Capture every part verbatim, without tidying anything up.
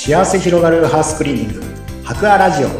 幸せ広がるハウスクリーニング博アラジオ。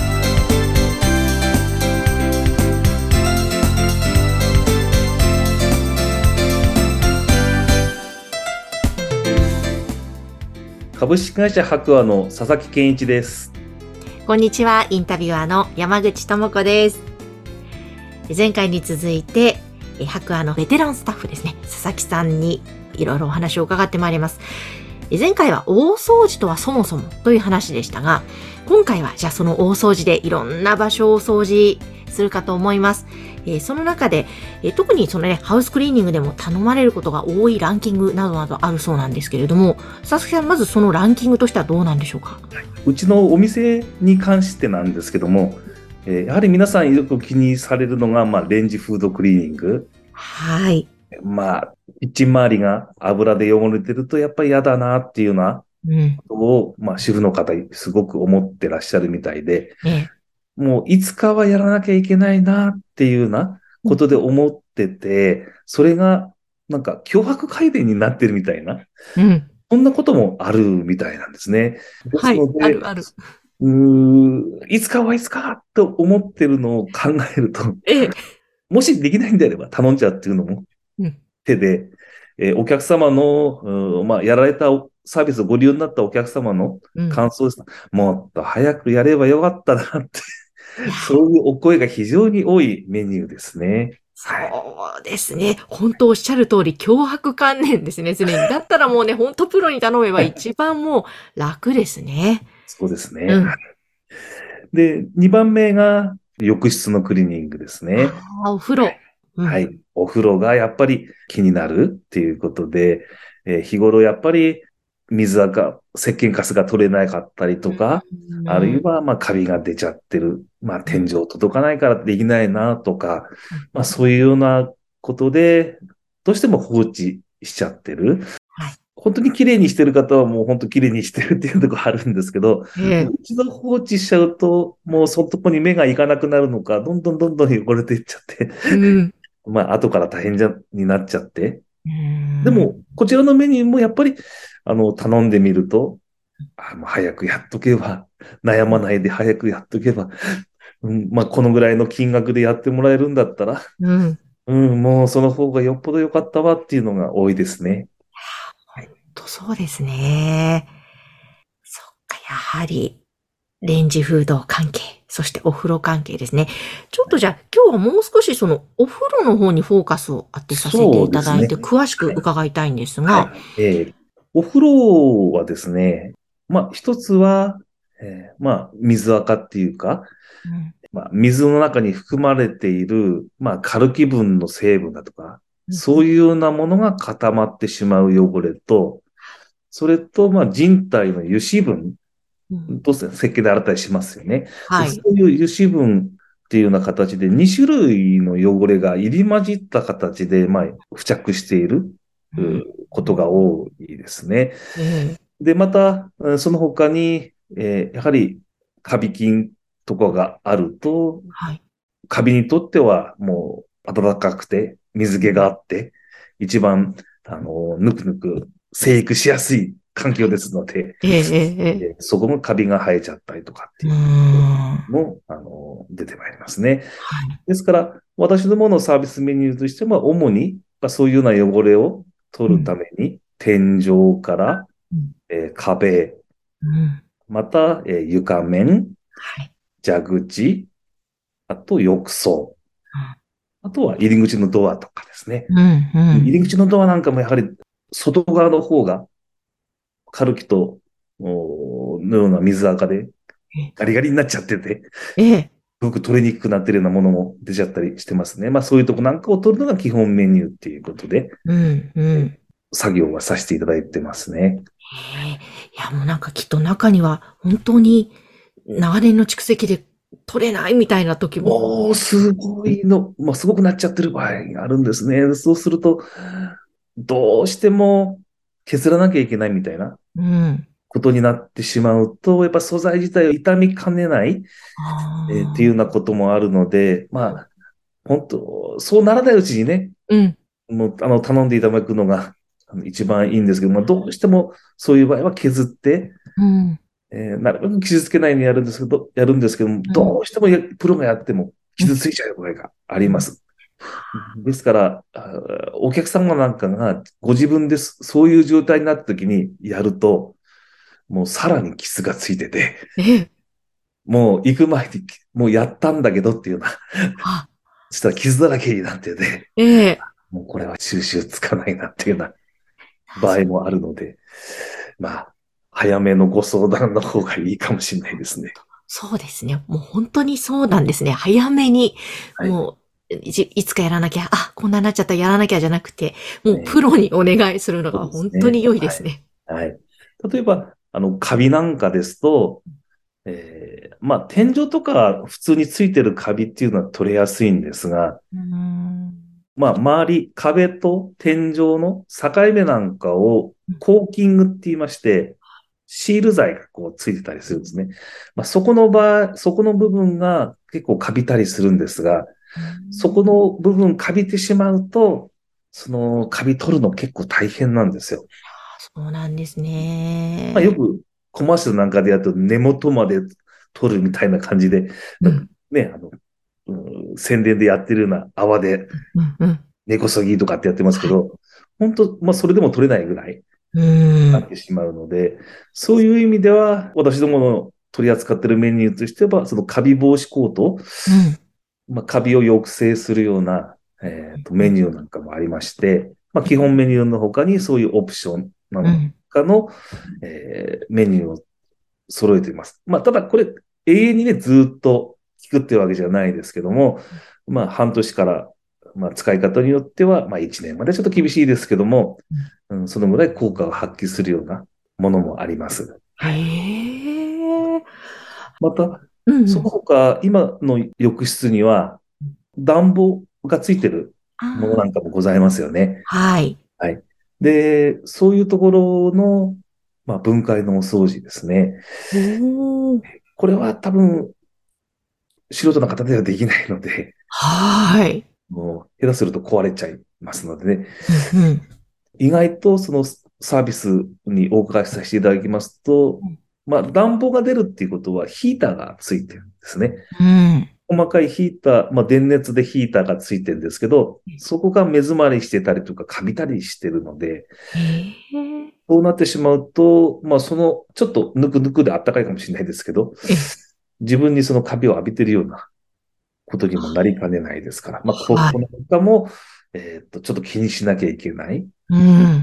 株式会社博アの佐々木健一です。 こんにちは、インタビュアーの山口智子です。前回に続いて博アのベテランスタッフですね、佐々木さんにいろいろお話を伺ってまいります。前回は大掃除とはそもそもという話でしたが、今回はじゃあその大掃除でいろんな場所を掃除するかと思います。えー、その中で、えー、特にそのね、ハウスクリーニングでも頼まれることが多いランキングなどなどあるそうなんですけれども、佐々木さん、まずそのランキングとしてはどうなんでしょうか？ うちのお店に関してなんですけども、えー、やはり皆さんよく気にされるのが、まあ、レンジフードクリーニング。 はい。 まあ、キッチン周りが油で汚れてるとやっぱり嫌だなっていうようなことを、うん、まあ主婦の方すごく思ってらっしゃるみたいで、ええ、もういつかはやらなきゃいけないなっていうようなことで思ってて、うん、それがなんか強迫改善になってるみたいな、うん、そんなこともあるみたいなんですね。ですので、 はい、あるある。 うーいつかはいつかと思ってるのを考えると、ええ、もしできないんであれば頼んじゃうっていうのも、手で、えー、お客様の、まあ、やられたサービスをご利用になったお客様の感想です。うん、もっと早くやればよかったなって、そういうお声が非常に多いメニューですね。 そうですね。本当おっしゃる通り、強迫観念ですね、常に。だったらもうね、本当プロに頼めば一番もう楽ですね。 そうですね。うん、で、にばんめが浴室のクリーニングですね。 あ、お風呂。 うん、はい。お風呂がやっぱり気になるっていうことで、えー、日頃やっぱり水が、石鹸カスが取れなかったりとか、うん、あるいはまあカビが出ちゃってる。まあ天井届かないからできないなとか、うん、まあそういうようなことで、どうしても放置しちゃってる。はい、本当に綺麗にしてる方はもう本当綺麗にしてるっていうところあるんですけど、えー、一度放置しちゃうと、もうそこに目がいかなくなるのか、どんどんどんどん汚れていっちゃって、うんまあ、後から大変じゃ、になっちゃって。でも、こちらのメニューもやっぱり、あの、頼んでみると、あもう早くやっとけば、悩まないで早くやっとけば、うん、まあ、このぐらいの金額でやってもらえるんだったら、うん、うん、もうその方がよっぽど良かったわっていうのが多いですね。 本当そうですね。そっか、やはり、レンジフード関係、そしてお風呂関係ですね。ちょっとじゃあ今日はもう少しそのお風呂の方にフォーカスを当てさせていただいて、ね、詳しく伺いたいんですが。はいはいえー、お風呂はですね、まあ一つは、えー、まあ水垢っていうか、うんまあ、水の中に含まれている、まあカルキ分の成分だとか、うん、そういうようなものが固まってしまう汚れと、それとまあ人体の油脂分、と石鹸で洗ったりしますよね。はい、そういう油脂分っていうような形でに種類の汚れが入り混じった形で、まあ、付着していることが多いですね。うん、で、また、その他に、えー、やはりカビ菌とかがあると、はい、カビにとってはもう暖かくて水気があって、一番、あの、ぬくぬく生育しやすい環境ですので、えーえー、そこもカビが生えちゃったりとかっていうのも、あの、出てまいりますね。はい、ですから、私どものサービスメニューとしては、主にそういうような汚れを取るために、うん、天井から、うんえー、壁、うん、また、えー、床面、はい、蛇口、あと浴槽、あとは入り口のドアとかですね。うんうん、入り口のドアなんかもやはり外側の方がカルキとのような水垢でガリガリになっちゃってて、ええ、すごく取れにくくなってるようなものも出ちゃったりしてますね。まあそういうとこなんかを取るのが基本メニューっていうことで、うんうん、作業はさせていただいてますね。 へえ、いやもうなんかきっと中には本当に長年の蓄積で取れないみたいな時も。 もうすごいの、まあすごくなっちゃってる場合があるんですね。そうすると、どうしても削らなきゃいけないみたいな。うんことになってしまうと、やっぱ素材自体を傷みかねない、えー、っていうようなこともあるので、まあ、本当、そうならないうちにね、うん、もうあの頼んでいただくのが一番いいんですけど、まあ、どうしてもそういう場合は削って、 うん。 えーなるべく傷つけないようにやるんですけど、やるんですけども、どうしてもやプロがやっても傷ついちゃう場合があります。ですから、あお客様なんかがご自分でそそういう状態になった時にやると、もうさらに傷がついてて、 ええ。 もう行く前に、もうやったんだけどっていうような、 あ、 そしたら傷だらけになってて、 ええ。 もうこれは収集つかないなっていうような場合もあるので、まあ、早めのご相談の方がいいかもしれないですね。 そうですね。もう本当にそうなんですね。早めに、 はい。 もう、いじいつかやらなきゃ、あ、こんなになっちゃった、やらなきゃじゃなくて、もうプね、 ロにお願いするのそうがですね。 本当に良いではい。 すね。 はい。例えば、あの、カビなんかですと、えーまあ、天井とか普通についてるカビっていうのは取れやすいんですが、 うーん。 まあ、周り、壁と天井の境目なんかをコーキングって言いまして、シール剤がこうついてたりするんですね。まあ、そこの場合、そこの部分が結構カビたりするんですが、 うーそこん。 の部分カビてしまうと、そのカビ取るの結構大変なんですよ。 そうなんですまあ、よね。 くコマーシャルなんかでやると根元まで取るみたいな感じで、 うん。 ね、あの、うん、宣伝でやってるような泡でうん、うん。 根こそぎとかってやってますけはい。 ど、本当、まあ、それでも取れないぐらいうーん。 なってしまうので、そういう意味では、私どもの取り扱っているメニューとしては、そのカビ防止コート、 うん。 まあ、カビを抑制するような、えーと、 うん。 メニューなんかもありまして、まあ、基本メニューの他にそういうオプションなんうん。 かの、えーメニューを揃えています。まあ、ただこれ、永遠にね、ずっと効くってわけじゃないですけども、まあ、半年から、まあ、使い方によっては、まあ、いちねんまでちょっと厳しいですけども、うん、そのぐらい効果を発揮するようなものもあります。はい。 へえ。 また、そのうんうん。 他、今の浴室には、暖房がついてるものあなんかもございますよね。 あ、はい。 はい。で、そういうところの、まあ、分解のお掃除ですね。 おお。 これは多分、素人の方ではできないので、 はい。 もう、下手すると壊れちゃいますのでね。 うんうん。 意外とそのサービスにお伺いさせていただきますと、まあ、暖房が出るっていうことはヒーターがついてるんですね。 うん。 細かいヒーター、まあ、電熱でヒーターがついてるんですけど、そこが目詰まりしてたりとか、カビたりしてるので、 へえ。 そうなってしまうと、まあ、その、ちょっとぬくぬくであったかいかもしれないですけど、 え、 自分にそのカビを浴びてるようなことにもなりかねないですから、まあ、こはい。 この他も、えっと、ちょっと気にしなきゃいけないうん。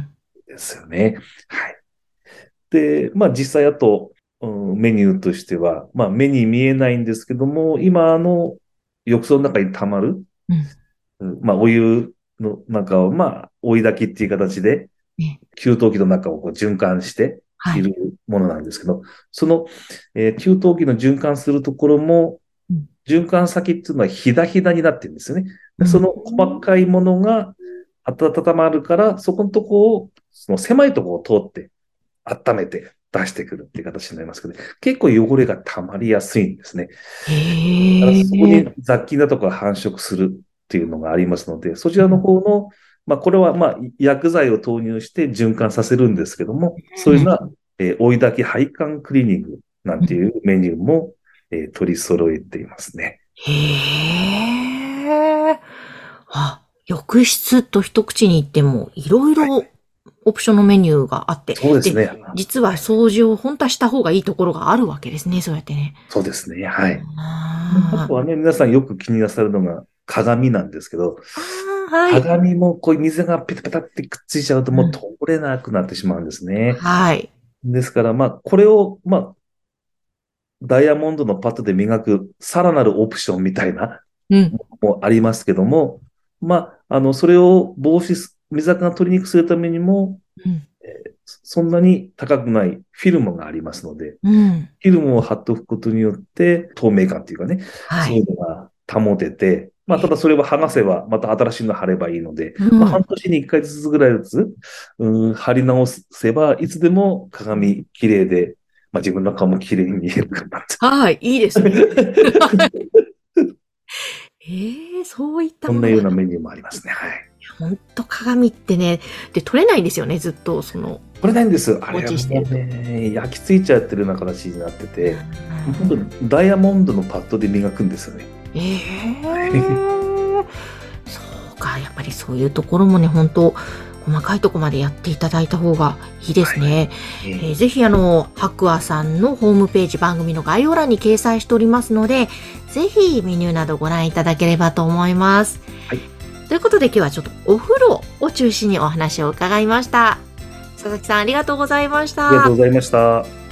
ですよね。はい。で、まあ、実際あと、うん、メニューとしては、まあ、目に見えないんですけども、今、あの、浴槽の中に溜まる、 うん。 うんまあ、お湯の中を、まあ、追い炊きっていう形で、 ね。 給湯器の中をこう循環してはい。 いるものなんですけど、その、えー給湯器の循環するところも、 うん。 循環先っていうのはひだひだになってるんですよね。 うん。 でその細かいものが温まるから、そこのとこを、その狭いところを通って温めて出してくるっていう形になりますけど、結構汚れが溜まりやすいんですね。だからへそこにえ。 雑菌だとか繁殖するっていうのがありますので、そちらの方の、まあ、これはまあ薬剤を投入して循環させるんですけども、そういうのは、えー追い炊き配管クリーニングなんていうメニューも、えー取り揃えていますね。 へえ。あ、浴室と一口に言っても、いろいはい。 ろオプションのメニューがあって、で、 そうですね。 実は掃除を本当はした方がいいところがあるわけですね、そうやってね。 そうですね。はい。ああとはね、皆さんよく気になさるのが鏡なんですけど、 あ、ああ、はい。 鏡もこう水がペタペタってくっついちゃうともううん。 通れなくなってしまうんですね。 はい。 ですから、まあ、これを、まあ、ダイヤモンドのパッドで磨くさらなるオプションみたいなうん。 もありますけども、まあ、あの、それを防止す、水垢が取りにくくするためにも、 うん。 そんなに高くないフィルムがありますので、 うん。 フィルムを貼っておくことによって透明感っていうかね、そういはい。 うのが保てて、まあ、ただそれは剥がせば、また新しいの貼ればいいので、まあ、 うん。 半年に一回ずつぐらいずつ、うん、貼り直せば、いつでも鏡綺麗で、まあ、自分の顔も綺麗に見えるかなと。 はい、いいですね。ええ、そういったそんなようものが、 なメニューもありますね。はい。 ほんと鏡ってね、で、取れないんですよね、ずっと、その、 取れないんです。あれは放置してるとね、焼き付いちゃってるような形になってて、 うん本当にダイヤモンドのパッドで磨くんですよね。 えー、そうか、やっぱりそういうところもね、本当細かいところまでやっていただいた方がいいですね。 はいえーぜひあの、白亜さんのホームページ、番組の概要欄に掲載しておりますので、ぜひメニューなどご覧いただければと思います。 はい。 ということで今日はちょっとお風呂を中心にお話を伺いました。佐々木さんありがとうございました。 ありがとうございました。